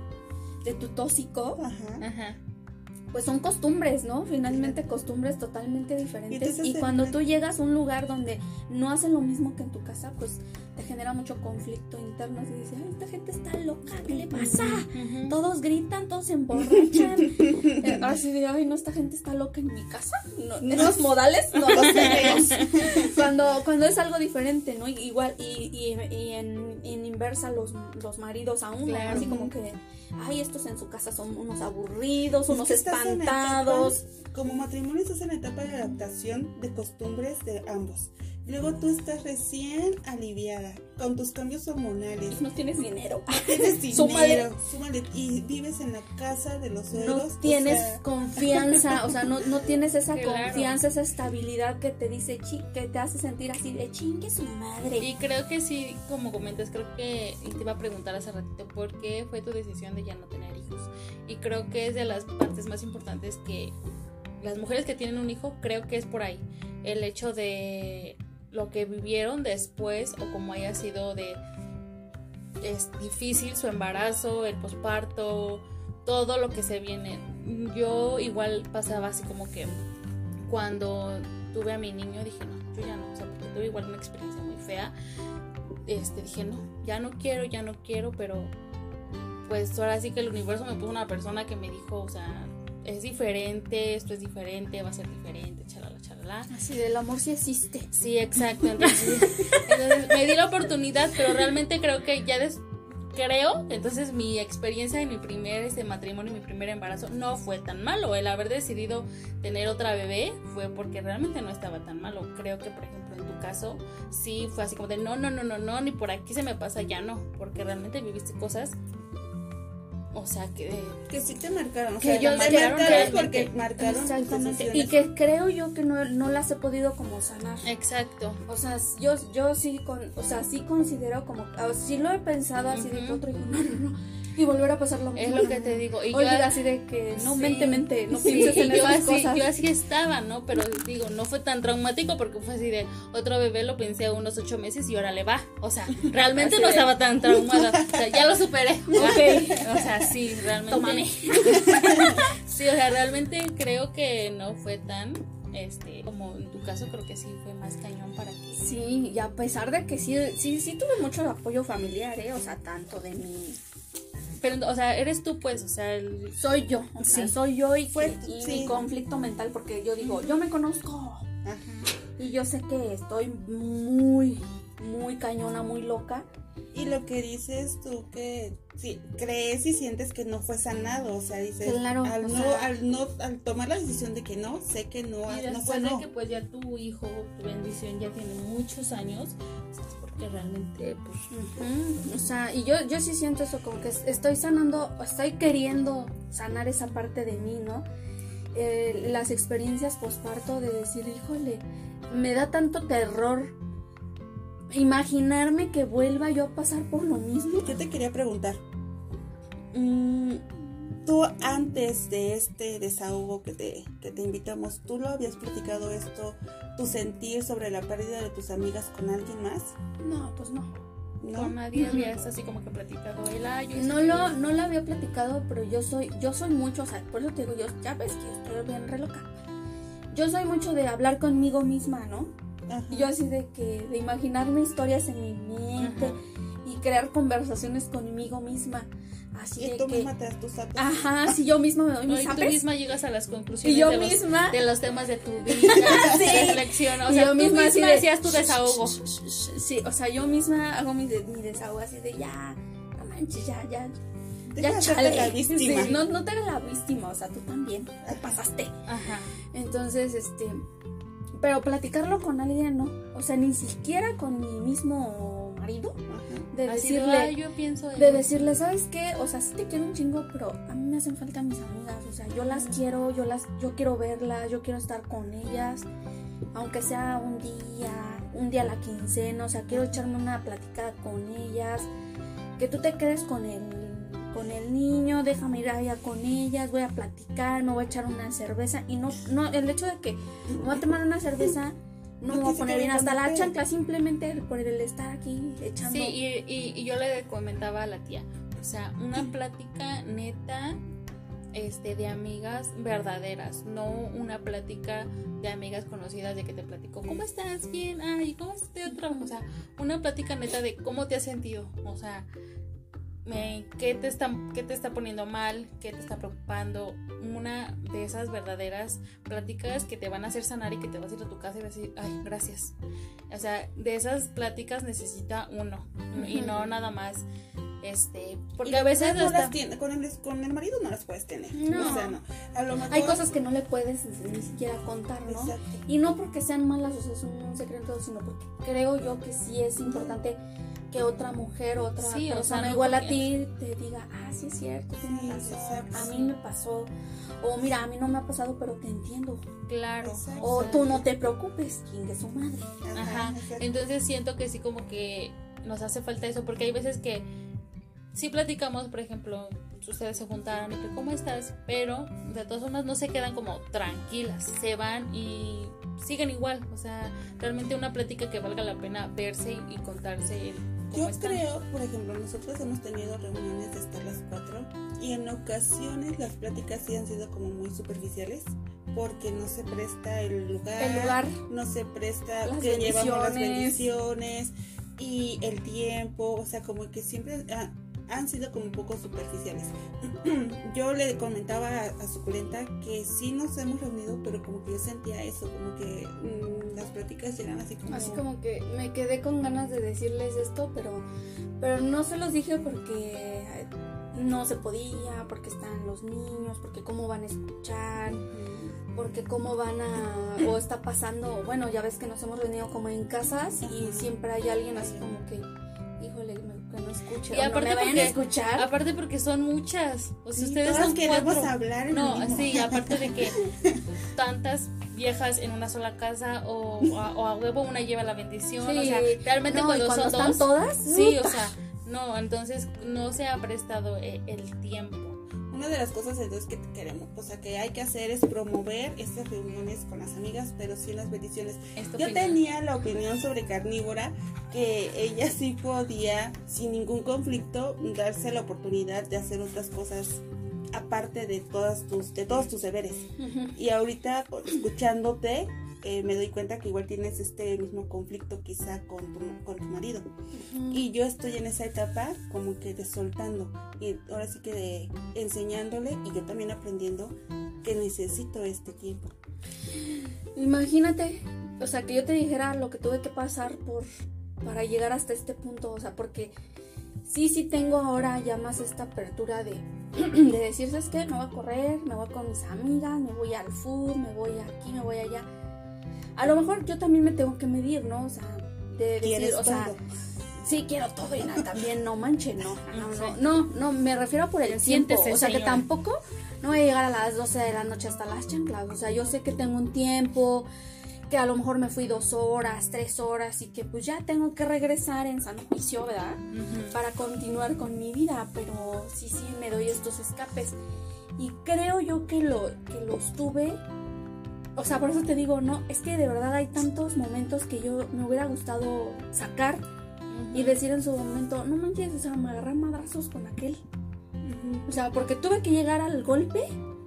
de tu tóxico, Ajá. Ajá. pues son costumbres, ¿no? Finalmente costumbres totalmente diferentes. Y, y cuando tú llegas a un lugar donde no hacen lo mismo que en tu casa, pues te genera mucho conflicto interno. Y dices, ay, esta gente está loca, ¿qué le pasa? Uh-huh. Todos gritan, todos se emborrachan. eh, así de, ay, no, esta gente está loca en mi casa. No, no. Esos modales no los tenemos. cuando, cuando es algo diferente, ¿no? Igual, y, y, y en, en inversa los, los maridos aún, claro. Así como que, ay, estos en su casa son unos aburridos, es unos espantados. Etapa, como matrimonio estás en etapa de adaptación de costumbres de ambos. Luego tú estás recién aliviada con tus cambios hormonales. No tienes dinero. No tienes dinero. súmale. Súmale. Y vives en la casa de los suegros. No tienes o sea... confianza, o sea, no, no tienes esa claro. confianza, esa estabilidad que te dice, chi, que te hace sentir así de chingue su madre. Y creo que sí, como comentas, creo que y te iba a preguntar hace ratito por qué fue tu decisión de ya no tener hijos. Y creo que es de las partes más importantes que las mujeres que tienen un hijo, creo que es por ahí. El hecho de lo que vivieron después o como haya sido de es difícil su embarazo, el posparto, todo lo que se viene. Yo igual pasaba así como que cuando tuve a mi niño dije no, yo ya no, o sea, porque tuve igual una experiencia muy fea. Este, dije no, ya no quiero, ya no quiero, pero pues ahora sí que el universo me puso una persona que me dijo, o sea, es diferente, esto es diferente, va a ser diferente, chalala, chalala. Así del amor sí existe. Sí, exacto. Entonces, entonces me di la oportunidad, pero realmente creo que ya des, creo, entonces mi experiencia en mi primer este matrimonio, mi primer embarazo no fue tan malo. El haber decidido tener otra bebé fue porque realmente no estaba tan malo. Creo que, por ejemplo, en tu caso sí fue así como de no, no, no, no, no, ni por aquí se me pasa, ya no, porque realmente viviste cosas o sea, que... Que sí te marcaron, o Que sea, yo te marcaron marcaron realmente. porque marcaron tus Exactamente. decisiones. Y que creo yo que no, no las he podido como sanar. Exacto. O sea, yo, yo sí, con, o sea, sí considero como, o sí lo he pensado así de que Ujú. otro digo, no, no, no, y volver a pasar lo mismo. Es lo que te digo. Y Olvida yo, así de que no, Sí. mente, mente, no sí, pienses en yo esas así, cosas. yo así estaba, ¿no? Pero digo, no fue tan traumático porque fue así de otro bebé, lo pensé a unos ocho meses y ahora le va. O sea, realmente Así no de- estaba tan traumada. O sea, ya lo superé. Ok. O sea, sí, realmente. Tómame. Sí, o sea, realmente creo que no fue tan, este, como en tu caso, creo que sí fue más cañón para ti. Sí, y a pesar de que sí, sí, sí tuve mucho apoyo familiar, ¿eh? O sea, tanto de mi... Pero, o sea, eres tú, pues, o sea, el... Soy yo, o sea, Sí. soy yo y, Fue- y sí. mi conflicto mental, porque yo digo, yo me conozco Ajá. y yo sé que estoy muy, muy cañona, muy loca. Y lo que dices tú que sí, crees y sientes que no fue sanado, o sea, dices, Claro, al o no, sea- al no, al tomar la decisión de que no, sé que no, Y no después fue de no. que pues ya tu hijo, tu bendición ya tiene muchos años, es porque realmente pues Ujú. O sea, y yo, yo sí siento eso, como que estoy sanando, estoy queriendo sanar esa parte de mí, ¿no? Eh, las experiencias posparto de decir, híjole, me da tanto terror imaginarme que vuelva yo a pasar por lo mismo. Yo te quería preguntar, mm, tú antes de este desahogo que te, que te invitamos, ¿tú lo habías platicado esto, tu sentir sobre la pérdida de tus amigas con alguien más? No, pues no. ¿No? con nadie habías así como que platicado el ayo. No lo, no lo había platicado, pero yo soy, yo soy mucho, o sea, por eso te digo, yo, ya ves que yo estoy bien re loca. Yo soy mucho de hablar conmigo misma, ¿no? Ajá. Y yo así de que, de imaginarme historias en mi mente Ajá. y crear conversaciones conmigo misma. Así Y de tú que, misma te das tus datos. ajá, si yo misma me doy No, mis y tú zapes. misma llegas a las conclusiones Y yo de, los, misma- de los temas de tu vida, Sí. reflexión, o Y sea, yo tú misma misma, así de- hacías tu desahogo. Sí, o sea, yo misma hago mi, de- mi desahogo así de ya, no manches, ya, ya, Deja ya de hacerte chale. la víctima. Sí, no, no te hagas la víctima, o sea, tú también, te pasaste. Ajá. Entonces, este, pero platicarlo con alguien no, o sea, ni siquiera con mi mismo marido, Ajá. de Así de, decirle, "Ay, yo pienso de decirle, ¿sabes qué? O sea, sí te quiero un chingo, pero a mí me hacen falta mis amigas, o sea, yo las quiero, yo las, yo quiero verlas, yo quiero estar con ellas, aunque sea un día, un día a la quincena, o sea, quiero echarme una platicada con ellas, que tú te quedes con el, con el niño, déjame ir allá con ellas, voy a platicar, me voy a echar una cerveza, y no, no, el hecho de que me voy a tomar una cerveza, no me voy a poner bien hasta la chancla, simplemente por el estar aquí echando. Sí, y, y, y yo le comentaba a la tía, o sea, una plática neta, este, de amigas verdaderas, no una plática de amigas conocidas de que te platico, ¿cómo estás? Bien, ay, ¿cómo estás de trabajo? O sea, una plática neta de cómo te has sentido, o sea, me, ¿qué te está, qué te está poniendo mal? ¿Qué te está preocupando? Una de esas verdaderas pláticas que te van a hacer sanar y que te vas a ir a tu casa y vas a decir, ay, gracias. O sea, de esas pláticas necesita uno y no nada más, este, porque Y a veces no hasta- las tiene, con el, con el marido no las puedes tener. No. O sea, no. A lo mejor, Hay cosas que no le puedes ni siquiera contar, ¿no? Exacto. Y no porque sean malas, o sea, son un secreto, sino porque creo yo que sí es importante que otra mujer, otra Sí, o persona sea, no igual a porque- ti te diga, ah, sí es cierto, tienes Sí, razón, exacto. a mí me pasó, o mira, a mí no me ha pasado, pero te entiendo, claro, Exacto. o tú no te preocupes, chingue su madre. Ajá, exacto. entonces siento que sí como que nos hace falta eso, porque hay veces que sí platicamos, por ejemplo, ustedes se juntaron y que ¿cómo estás? Pero de todas formas no se quedan como tranquilas, se van y siguen igual, o sea, realmente una plática que valga la pena verse y, y contarse el cómo Yo están. creo, por ejemplo, nosotros hemos tenido reuniones de estar las cuatro y en ocasiones las pláticas sí han sido como muy superficiales porque no se presta el lugar, El lugar. no se presta Las que llevamos las bendiciones. bendiciones y el tiempo, o sea, como que siempre ha- han sido como un poco superficiales. Yo le comentaba a, a Suculenta que sí nos hemos reunido, pero como que yo sentía eso, como que mm, las pláticas eran así como... Así como que me quedé con ganas de decirles esto, pero, pero no se los dije porque no se podía, porque están los niños, porque cómo van a escuchar, porque cómo van a, o está pasando, bueno, ya ves que nos hemos reunido como en casas y Ajá. siempre hay alguien así como que híjole, me, que no escuche, y aparte no me vayan porque, a escuchar. Aparte porque son muchas, o sea, Sí, ustedes todas son queremos cuatro. hablar en No, el mismo. sí, aparte de que tantas viejas en una sola casa o, o, a, o a huevo una lleva la bendición, Sí. o sea, realmente No, cuando, y cuando son están dos, todas, sí, puta. o sea, no, entonces no se ha prestado el, el tiempo. Una de las cosas entonces que queremos, o sea, que hay que hacer es promover estas reuniones con las amigas, pero sin las bendiciones. ¿Es tu Yo opinión? tenía la opinión sobre Carnívora, que ella sí podía, sin ningún conflicto, darse la oportunidad de hacer otras cosas aparte de todas tus, de todos tus deberes. Ujú. Y ahorita, escuchándote, eh, me doy cuenta que igual tienes este mismo conflicto quizá con tu, con tu marido. Ujú. Y yo estoy en esa etapa como que de soltando. Y ahora sí que de enseñándole y yo también aprendiendo que necesito este tiempo. Imagínate, o sea, que yo te dijera lo que tuve que pasar por para llegar hasta este punto, o sea, porque sí, sí tengo ahora ya más esta apertura de, de decir, ¿sabes qué? Me voy a correr, me voy con mis amigas, me voy al food, me voy aquí, me voy allá. A lo mejor yo también me tengo que medir, ¿no? O sea, de decir, ¿Quieres o sea, todo? sí quiero todo y nada, también no manches, no, no, no, no, no, me refiero por el tiempo, Siéntese, o sea, que señora. tampoco no voy a llegar a las doce de la noche hasta las chanclas, o sea, yo sé que tengo un tiempo, que a lo mejor me fui dos horas, tres horas y que pues ya tengo que regresar en San Juicio, ¿verdad? Ujú. Para continuar con mi vida, pero sí, sí, me doy estos escapes y creo yo que, lo, que los tuve, o sea, por eso te digo, no, es que de verdad hay tantos momentos que yo me hubiera gustado sacar y decir en su momento, no manches, o sea, me agarré a madrazos con aquel. O sea, porque tuve que llegar al golpe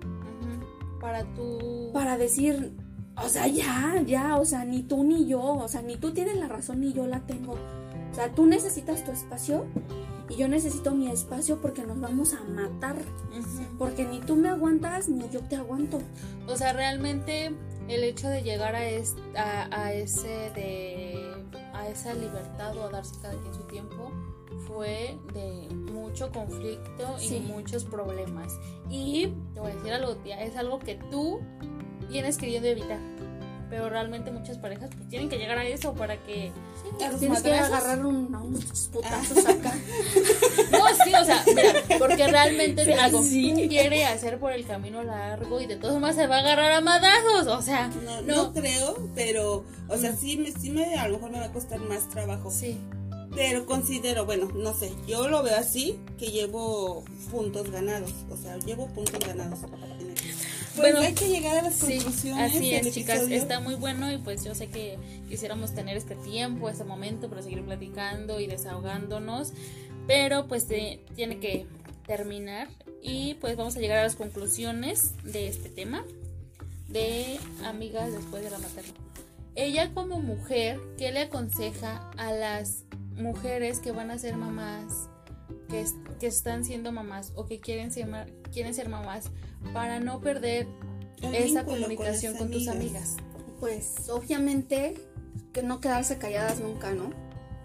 Ujú. Para tu... para decir, o sea, ya, ya, o sea, ni tú ni yo, o sea, ni tú tienes la razón ni yo la tengo. O sea, tú necesitas tu espacio y yo necesito mi espacio porque nos vamos a matar. Ujú. Porque ni tú me aguantas ni yo te aguanto. O sea, realmente el hecho de llegar a, es- a, a ese de a esa libertad o a darse cada quien su tiempo fue de mucho conflicto y Sí. muchos problemas. Y te voy a decir algo, tía, es algo que tú vienes queriendo evitar. Pero realmente muchas parejas pues tienen que llegar a eso para que... ¿A los Tienes que madrazos? agarrar un, a unos putazos acá. No, sí, o sea, mira, porque realmente Sí, algo sí. quiere hacer por el camino largo y de todos modos se va a agarrar a madazos, o sea, No, no. no creo, pero, o sea, sí, me, sí me, a lo mejor me va a costar más trabajo. Sí. Pero considero, bueno, no sé, yo lo veo así, que llevo puntos ganados, o sea, llevo puntos ganados. Pues Bueno, hay que llegar a las Sí, conclusiones así del es, chicas, episodio. está muy bueno y pues yo sé que quisiéramos tener este tiempo, este momento para seguir platicando y desahogándonos, pero pues eh, tiene que terminar y pues vamos a llegar a las conclusiones de este tema de amigas después de la maternidad. Ella como mujer, ¿qué le aconseja a las mujeres que van a ser mamás, que, es- que están siendo mamás o que quieren ser, ma- quieren ser mamás para no perder El esa vínculo comunicación las con tus amigas? Pues obviamente que no quedarse calladas nunca, ¿no?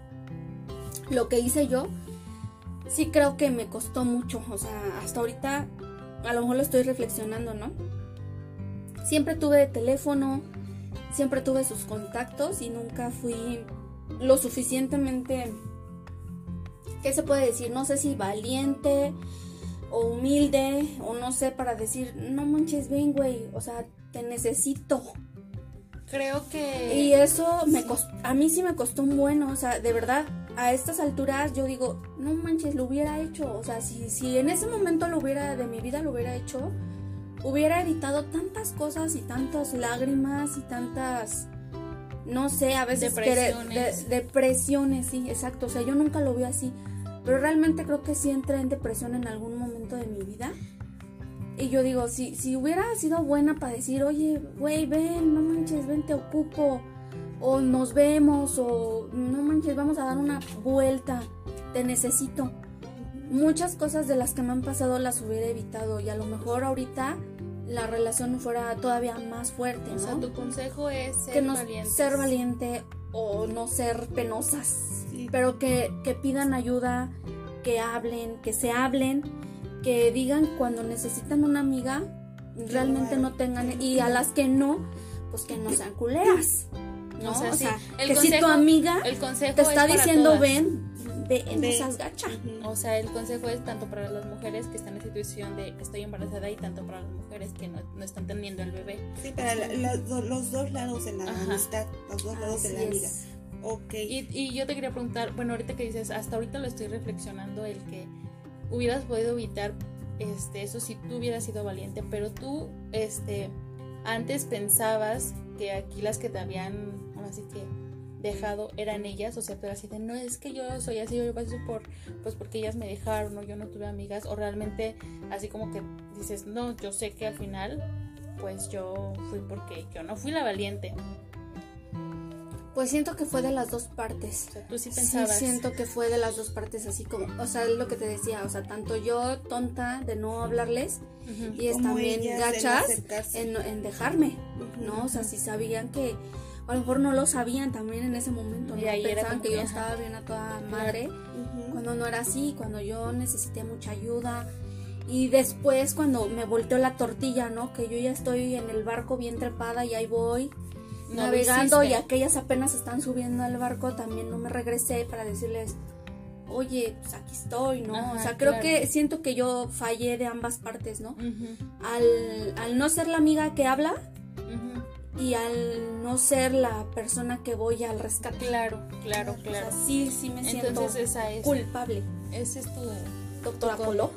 Lo que hice yo, sí creo que me costó mucho, o sea, hasta ahorita a lo mejor lo estoy reflexionando, ¿no? Siempre tuve teléfono, siempre tuve sus contactos y nunca fui lo suficientemente, ¿qué se puede decir? No sé si valiente o humilde o no sé, para decir, no manches, ven, güey, o sea, te necesito. Creo que... Y eso me costó, a mí sí me costó un bueno, o sea, de verdad, a estas alturas yo digo, no manches, lo hubiera hecho, o sea, si, si en ese momento lo hubiera, de mi vida lo hubiera hecho, hubiera evitado tantas cosas y tantas lágrimas y tantas, no sé, a veces querer- Depresiones. de- depresiones, sí, exacto, o sea, yo nunca lo vi así, pero realmente creo que sí entré en depresión en algún momento de mi vida. Y yo digo, si, si hubiera sido buena para decir, oye, güey, ven, no manches, ven, te ocupo, o nos vemos, o no manches, vamos a dar una vuelta, te necesito. Muchas cosas de las que me han pasado las hubiera evitado y a lo mejor ahorita la relación fuera todavía más fuerte, O sea, ¿no? tu consejo es ser Que no valientes. ser valiente o no ser penosas, Sí. pero que, que pidan ayuda, que hablen, que se hablen, que digan cuando necesitan una amiga, realmente Claro. no tengan, y a las que no, pues que no sean culeras, ¿no? O sea, sí, el que si tu consejo- amiga El consejo te es está para diciendo todas. ven, ve en Ve. esas gachas. O sea, el consejo es tanto para las mujeres que están en situación de estoy embarazada y tanto para las mujeres que no, no están teniendo el bebé. Sí, para la- la- do- los dos lados de la Ajá. amistad, los dos lados de la Así amiga. es. Ok. Y, y yo te quería preguntar, bueno, ahorita que dices, hasta ahorita lo estoy reflexionando, el que hubieras podido evitar este, eso si tú hubieras sido valiente, pero tú este, antes pensabas que aquí las que te habían, así que dejado eran ellas, o sea, pero así de no es que yo soy así, yo paso por pues porque ellas me dejaron o yo no tuve amigas, o realmente así como que dices, no, yo sé que al final pues yo fui porque yo no fui la valiente. Pues siento que fue de las dos partes. O sea, tú sí Sí, pensabas. siento que fue de las dos partes, así como, o sea, es lo que te decía, o sea, tanto yo tonta de no hablarles Ujú. y es Como también ellas en no gachas acercarse. en, en dejarme, Ujú. ¿no? O sea, si sabían que, a lo mejor no lo sabían también en ese momento, ¿no? Y ahí era Pensaban como que yo que, ajá. estaba bien a toda madre, Ujú. cuando no era así, cuando yo necesité mucha ayuda. Y después cuando me volteó la tortilla, ¿no? Que yo ya estoy en el barco bien trepada y ahí voy No lo navegando y hiciste. aquellas apenas están subiendo al barco, también no me regresé para decirles, oye, pues aquí estoy, ¿no? Ajá, o sea, creo claro. que siento que yo fallé de ambas partes, ¿no? Ujú, Al, al no ser la amiga que habla ujú. y al no ser la persona que voy al rescate. Claro, claro, O claro. sea, sí, sí me siento Entonces esa es, culpable. ese es tu, Doctora tu- Polo.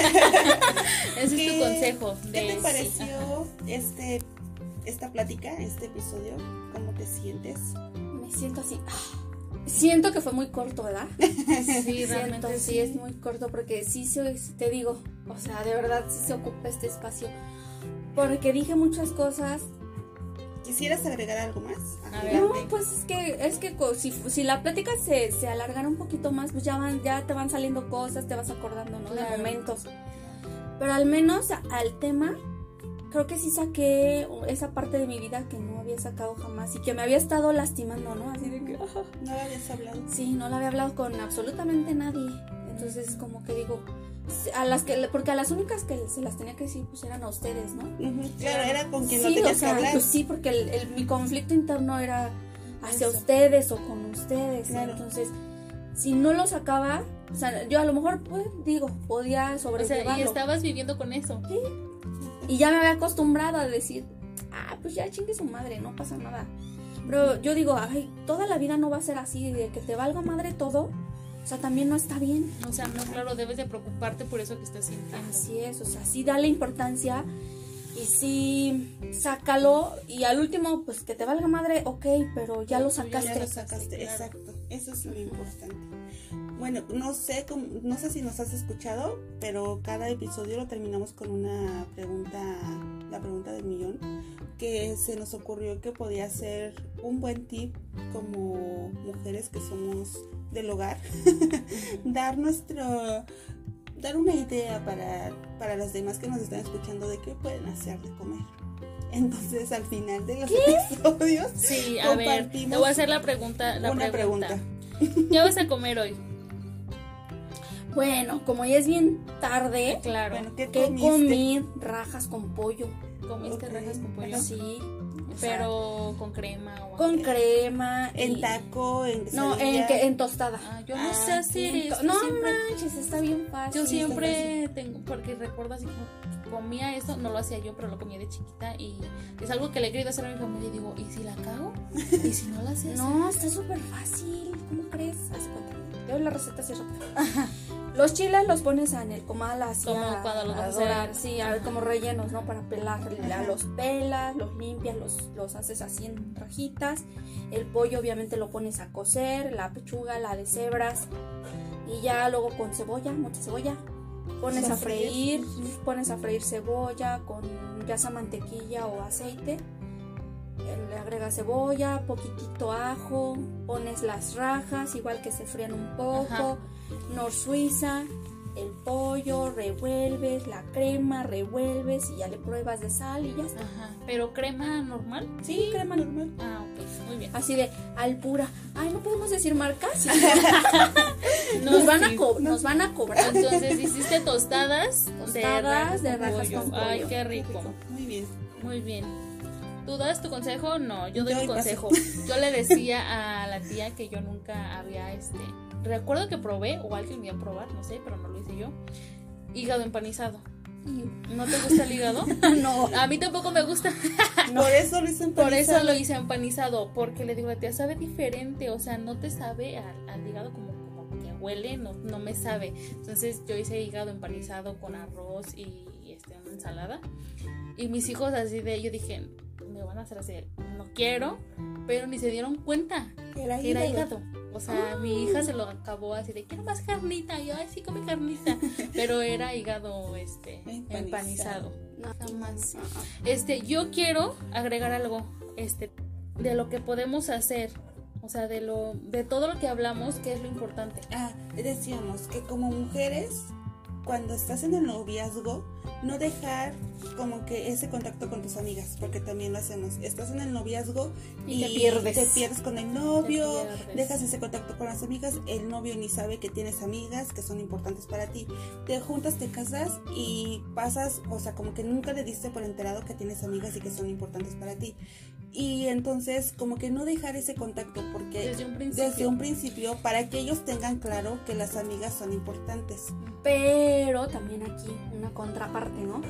ese es ¿Qué- tu consejo. ¿Qué de- te sí, pareció ajá. este esta plática, este episodio? ¿Cómo te sientes? Me siento así. ah, Siento que fue muy corto, ¿verdad? Sí, Siento, realmente sí, sí. es muy corto porque sí, se- sí te digo, o sea, de verdad sí se ocupa este espacio. Porque dije muchas cosas. ¿Quisieras agregar algo más? A ver. No, pues es que, es que co- si, si la plática se, se alargara un poquito más, pues ya van, ya te van saliendo cosas, te vas acordando, ¿no? Claro. De momentos. Pero al menos a- al tema, creo que sí saqué esa parte de mi vida que no había sacado jamás y que me había estado lastimando, ¿no? Así de que, ah, No lo habías hablado. sí, no la había hablado con absolutamente nadie. Entonces, como que digo, a las que, porque a las únicas que se las tenía que decir, pues eran a ustedes, ¿no? Ujú, claro, era con quien Sí, no tenías o sea, que hablar. pues sí, porque el, el- mi conflicto interno era hacia Eso. ustedes o con ustedes. Claro. Entonces, si no lo sacaba, o sea, yo a lo mejor, pues, digo, podía O sea, y sobrellevarlo. estabas viviendo con eso. Y ya me había acostumbrado a decir, ah, pues ya chingue su madre, no pasa nada. Pero yo digo, ay, toda la vida no va a ser así, de que te valga madre todo. O sea, también no está bien. O sea, no, claro, debes de preocuparte por eso que estás sintiendo. Así es, o sea, sí dale importancia y sí sácalo. Y al último, pues que te valga madre, ok, pero ya lo Ya sacaste. lo sacaste, claro. exacto. Eso es lo importante. Bueno, no sé, cómo- no sé si nos has escuchado, pero cada episodio lo terminamos con una pregunta, la pregunta del millón, que se nos ocurrió que podía ser un buen tip como mujeres que somos del hogar, dar nuestro, dar una idea para, para los demás que nos están escuchando de qué pueden hacer de comer. Entonces, al final de los episodios, Sí, a ver, te compartimos voy a hacer la pregunta. La una pregunta. pregunta. ¿Qué vas a comer hoy? Bueno, como ya es bien tarde, Claro, Bueno, ¿qué que comiste? comí rajas con pollo. comiste Ok. rajas con pollo. Sí, o sea, Pero con crema o con así. crema. En y- taco, en No, en, quesadilla. que- en tostada. Ah, yo no Ah, sé hacer En to- eso. no siempre, manches, está bien fácil. yo siempre tengo, porque recuerdo así como comía eso, no lo hacía yo, pero lo comía de chiquita y es algo que le he querido hacer a mi familia y digo, ¿y si la cago? ¿Y si no la haces? No, está súper fácil. ¿Cómo crees? Haz cuenta. Te doy la receta así rápido. Los chiles los pones en el comal así Como a, cuando los a vas a dorar, hacer. sí, a ver, como rellenos, ¿no? Para pelar. Ajá. Los pelas, los limpias, los, los haces así en rajitas. El pollo obviamente lo pones a cocer, la pechuga, la de cebras. Y ya luego con cebolla, mucha cebolla. Pones a freír, pones a freír cebolla con ya sea mantequilla o aceite. Eh, Le agregas cebolla, poquitito ajo, pones las rajas, igual que se frían un poco, Ajá. nor suiza, el pollo, revuelves, la crema, revuelves y ya le pruebas de sal y ya está. Ajá, pero crema normal. Sí, crema normal. Ah, ok, muy bien. Así de al pura. Ay, no podemos decir marcas. No, nos, van sí. a co- nos van a cobrar. Entonces hiciste tostadas, Tostadas de rajas pollo. con pollo. Ay, qué rico. Muy bien. Muy bien. ¿Tú das tu consejo? No, yo doy Yo mi paso. consejo. Yo le decía a la la tía que yo nunca había, este, recuerdo que probé, o alguien me iba a probar, no sé, pero no lo hice yo, hígado empanizado. ¿No te gusta el hígado? No. A mí tampoco me gusta. No. Por eso lo hice empanizado. Por eso lo hice empanizado, porque le digo a la tía, sabe diferente, o sea, no te sabe al, al hígado como, como que huele, no, no me sabe. Entonces yo hice hígado empanizado con arroz y este, una ensalada. Y mis hijos así de, yo dije, me van a hacer así, no quiero, pero ni se dieron cuenta Era que era hígado. hígado. O sea, mi hija se lo acabó así de, quiero más carnita. Y yo, ay, sí, come carnita. Pero era hígado este Empanizado. empanizado. No, Jamás. no, no. Este, yo quiero agregar algo, este, de lo que podemos hacer. O sea, de lo, de todo lo que hablamos, que es lo importante. Ah, decíamos que como mujeres, cuando estás en el noviazgo, no dejar como que ese contacto con tus amigas, porque también lo hacemos. Estás en el noviazgo Y y, te pierdes. te pierdes con el novio, Te pierdes. dejas ese contacto con las amigas, el novio ni sabe que tienes amigas que son importantes para ti. Te juntas, te casas y pasas, o sea, como que nunca le diste por enterado que tienes amigas y que son importantes para ti. Y entonces como que no dejar ese contacto, porque Desde un principio. desde un principio, para que ellos tengan claro que las amigas son importantes. Pero también aquí una contraparte, ¿no?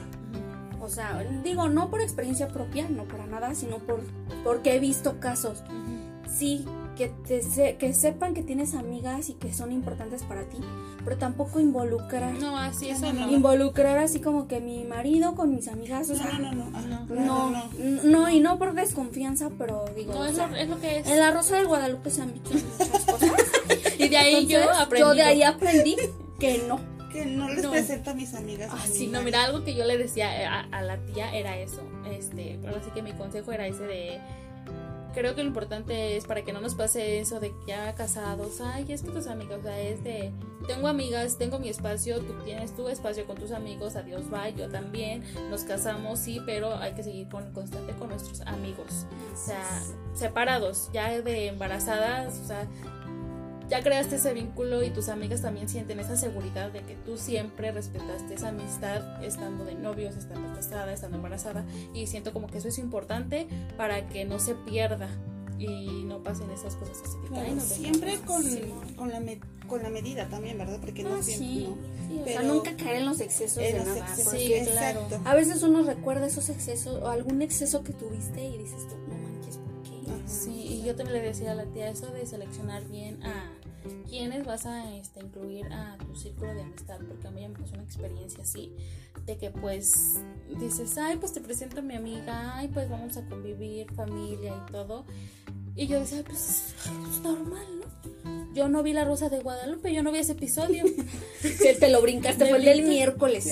O sea, digo, no por experiencia propia, no para nada, sino por porque he visto casos. Ujú. Sí, que, te se- que sepan que tienes amigas y que son importantes para ti, pero tampoco involucrar. No, así No, eso no, no. Involucrar así como que mi marido con mis amigas, o sea, No, no, no, ajá, no, no, no. n- no, y no por desconfianza, pero digo, No, o es sea, lo, es lo que es. en la Rosa del Guadalupe se han dicho muchas cosas. Y de ahí yo Entonces, aprendí. yo de ahí aprendí que no. Que no les No. presento a mis amigas. Ah, a sí, mi no, marido. mira, algo que yo le decía a, a la tía era eso. Este, pero así que mi consejo era ese de. Creo que lo importante es para que no nos pase eso de que ya casados, ay, es que tus amigas, o sea, es de, tengo amigas, tengo mi espacio, tú tienes tu espacio con tus amigos, adiós, bye, yo también, nos casamos, sí, pero hay que seguir con, constante con nuestros amigos, o sea, separados, ya de embarazadas, o sea, ya creaste ese vínculo y tus amigas también sienten esa seguridad de que tú siempre respetaste esa amistad estando de novios, estando casada, estando embarazada, y siento como que eso es importante para que no se pierda y no pasen esas cosas así de que, Claro, ay, nos dejamos. siempre con, Sí. con, la me- con la medida también, ¿verdad? Porque no Ah, siempre. sí, no. sí, o sea, Pero- nunca caer en los excesos En de los nada. excesos, Sí, porque claro. exacto. a veces uno recuerda esos excesos o algún exceso que tuviste y dices tú, no manches, ¿por qué? Ajá. Sí, y yo también le decía a la tía eso de seleccionar bien a quiénes vas a este, incluir a tu círculo de amistad, porque a mí ya me pasó una experiencia así, de que pues dices, ay, pues te presento a mi amiga, ay, pues vamos a convivir, familia y todo, y yo decía, pues es normal, ¿no? Yo no vi La Rosa de Guadalupe, yo no vi ese episodio. Que te lo brincaste, Me fue el del brinqué. miércoles.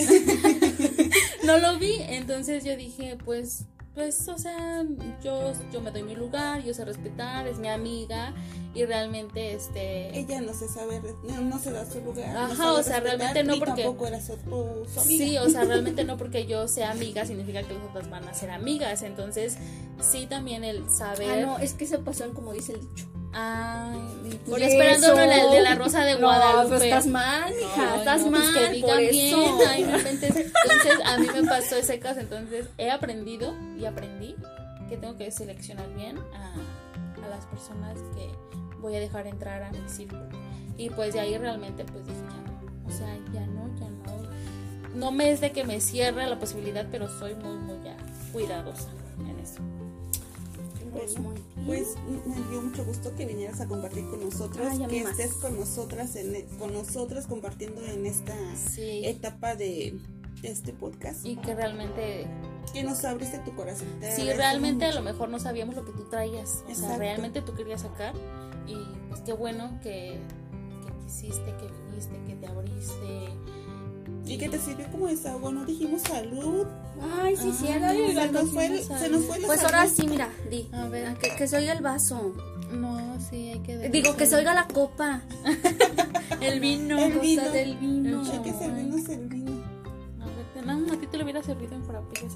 No lo vi, entonces yo dije, pues, pues, o sea, yo, yo me doy mi lugar, yo sé respetar, es mi amiga y realmente, este, Ella no se sabe, re- no, no se da su lugar. no Ajá, sabe o sea, respetar, realmente no y porque- tampoco era su, tu, su amiga. sí, o sea, realmente no porque yo sea amiga significa que las otras van a ser amigas, entonces sí también el Ah, saber, no, es que se pasó en como dice el dicho. ay, Por yo esperando eso. la de la Rosa de Guadalupe. No, pues estás mal, mija, Ay, estás no, pues mal, que por digan eso. bien, ay, no inventes. Entonces a mí me pasó ese caso, entonces he aprendido y aprendí que tengo que seleccionar bien a, a las personas que voy a dejar entrar a mi círculo. Y pues de ahí realmente pues dije ya no, o sea, ya no, ya no. No me es de que me cierre la posibilidad, pero soy muy, muy ya cuidadosa en eso. Pues Bueno, muy bien. pues me dio mucho gusto que vinieras a compartir con nosotros, Ay, a mí que más. estés con nosotras, en, e- con nosotras compartiendo en esta Sí. etapa de este podcast. Y que realmente Que nos abriste tu corazón. Te sí, agradezco realmente a mucho. lo mejor no sabíamos lo que tú traías. O sea, Exacto. realmente tú querías sacar. Y pues qué bueno que, que quisiste, que viniste, que te abriste. Y que te sirvió como desahogo, no dijimos salud. Ay, sí, sí, Ay, era Se el gato. nos fue, el- dijimos se nos fue la Pues salud. ahora sí, mira, di. A ver, Que, que se oiga el vaso. no, sí, hay que Digo, que se oiga la copa. el vino. El vino. Cosa del vino. El Cheque servimos el vino. A ver, te- no, a ti te lo hubiera servido en frappés.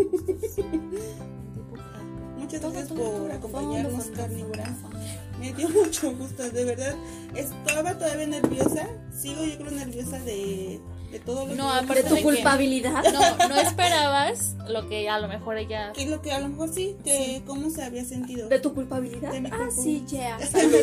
Muchas Todo, gracias todo, por todo, acompañarnos, fondo, fondo, carnívora. fondo. Me dio mucho gusto, de verdad. Estaba todavía nerviosa. Sigo yo creo nerviosa de, de todo lo No, que... aparte ¿De tu de que- culpabilidad? No, no esperabas lo que a lo mejor ella... ¿Qué es lo que a lo mejor sí? De cómo se había sentido. ¿De tu culpabilidad? De mi Ah, culpa. sí, yeah. Salud.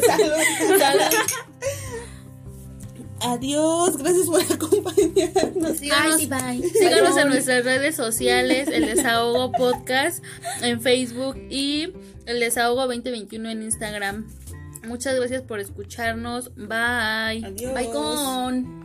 Adiós, gracias por acompañarnos. Síganos, Ay, bye. síganos en nuestras redes sociales, El Desahogo Podcast en Facebook y El Desahogo veinte veintiuno en Instagram. Muchas gracias por escucharnos. Bye. Adiós. Bye con.